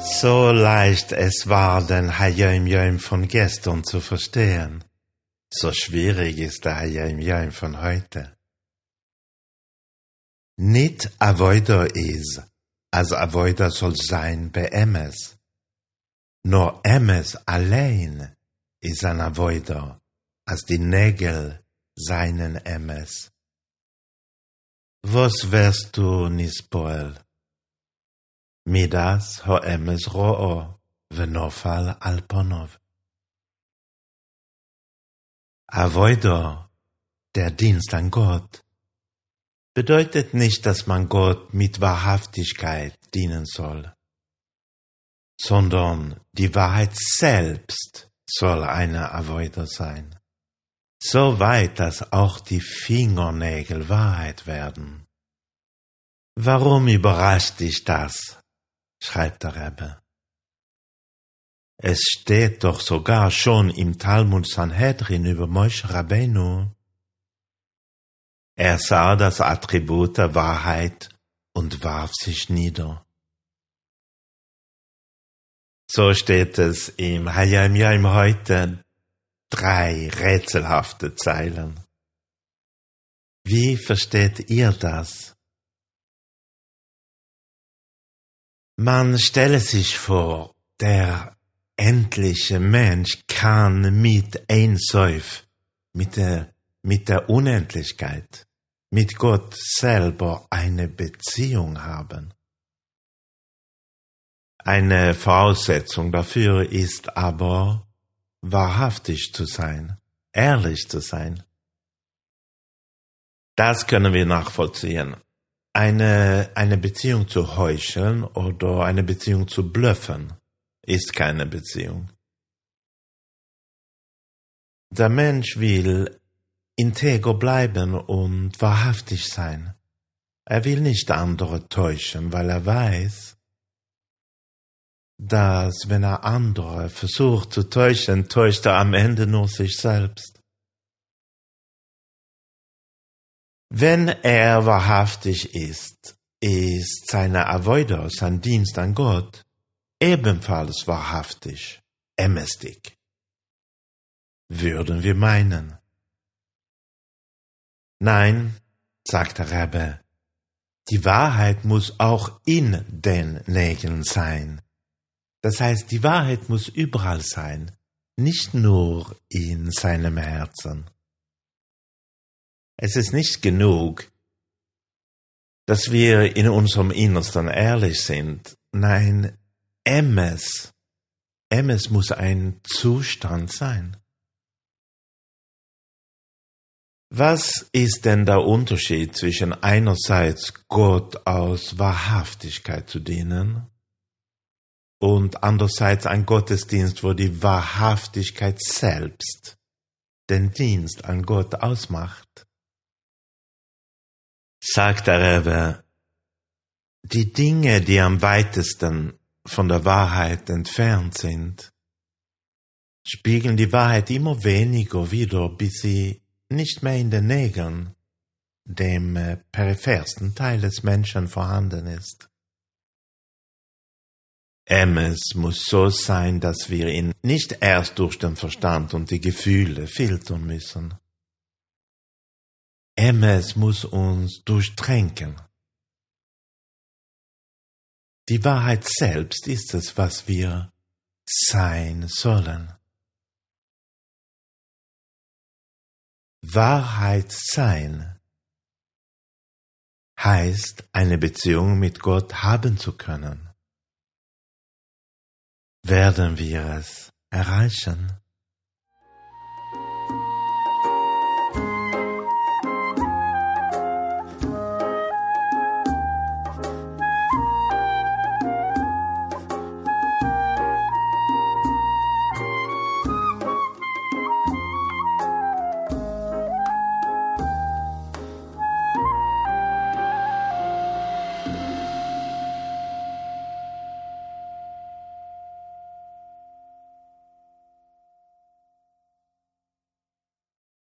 So leicht es war, den Hayom Yom von gestern zu verstehen, so schwierig ist der Hayom Yom von heute. Nicht Avoida is, als Avoida soll sein bei Emes. Nur Emes allein ist ein Avoida, als die Nägel seinen Emes. Was wärst du, Nispoel? Midas ho Emes ro'o, venofal al ponov. Avoida, der Dienst an Gott, bedeutet nicht, dass man Gott mit Wahrhaftigkeit dienen soll, sondern die Wahrheit selbst soll eine Avoida sein. So weit, dass auch die Fingernägel Wahrheit werden. Warum überrascht dich das? Schreibt der Rebbe. Es steht doch sogar schon im Talmud Sanhedrin über Moshe Rabbeinu. Er sah das Attribut der Wahrheit und warf sich nieder. So steht es im Hayom Yom heute, 3 rätselhafte Zeilen. Wie versteht ihr das? Man stelle sich vor, der endliche Mensch kann mit Ein Sof, mit der Unendlichkeit, mit Gott selber eine Beziehung haben. Eine Voraussetzung dafür ist aber, wahrhaftig zu sein, ehrlich zu sein. Das können wir nachvollziehen. Eine Beziehung zu heucheln oder eine Beziehung zu bluffen ist keine Beziehung. Der Mensch will integer bleiben und wahrhaftig sein. Er will nicht andere täuschen, weil er weiß, dass wenn er andere versucht zu täuschen, täuscht er am Ende nur sich selbst. Wenn er wahrhaftig ist, ist seine Avoida, sein Dienst an Gott, ebenfalls wahrhaftig, emestig. Würden wir meinen. Nein, sagt der Rebbe, die Wahrheit muss auch in den Nägeln sein. Das heißt, die Wahrheit muss überall sein, nicht nur in seinem Herzen. Es ist nicht genug, dass wir in unserem Innersten ehrlich sind. Nein, Emes muss ein Zustand sein. Was ist denn der Unterschied zwischen einerseits Gott aus Wahrhaftigkeit zu dienen und andererseits ein Gottesdienst, wo die Wahrhaftigkeit selbst den Dienst an Gott ausmacht? Sagt der Rebbe, die Dinge, die am weitesten von der Wahrheit entfernt sind, spiegeln die Wahrheit immer weniger wider, bis sie nicht mehr in den Nägeln, dem periphersten Teil des Menschen, vorhanden ist. Emes muss so sein, dass wir ihn nicht erst durch den Verstand und die Gefühle filtern müssen. Emes muss uns durchtränken. Die Wahrheit selbst ist es, was wir sein sollen. Wahrheit sein heißt, eine Beziehung mit Gott haben zu können. Werden wir es erreichen?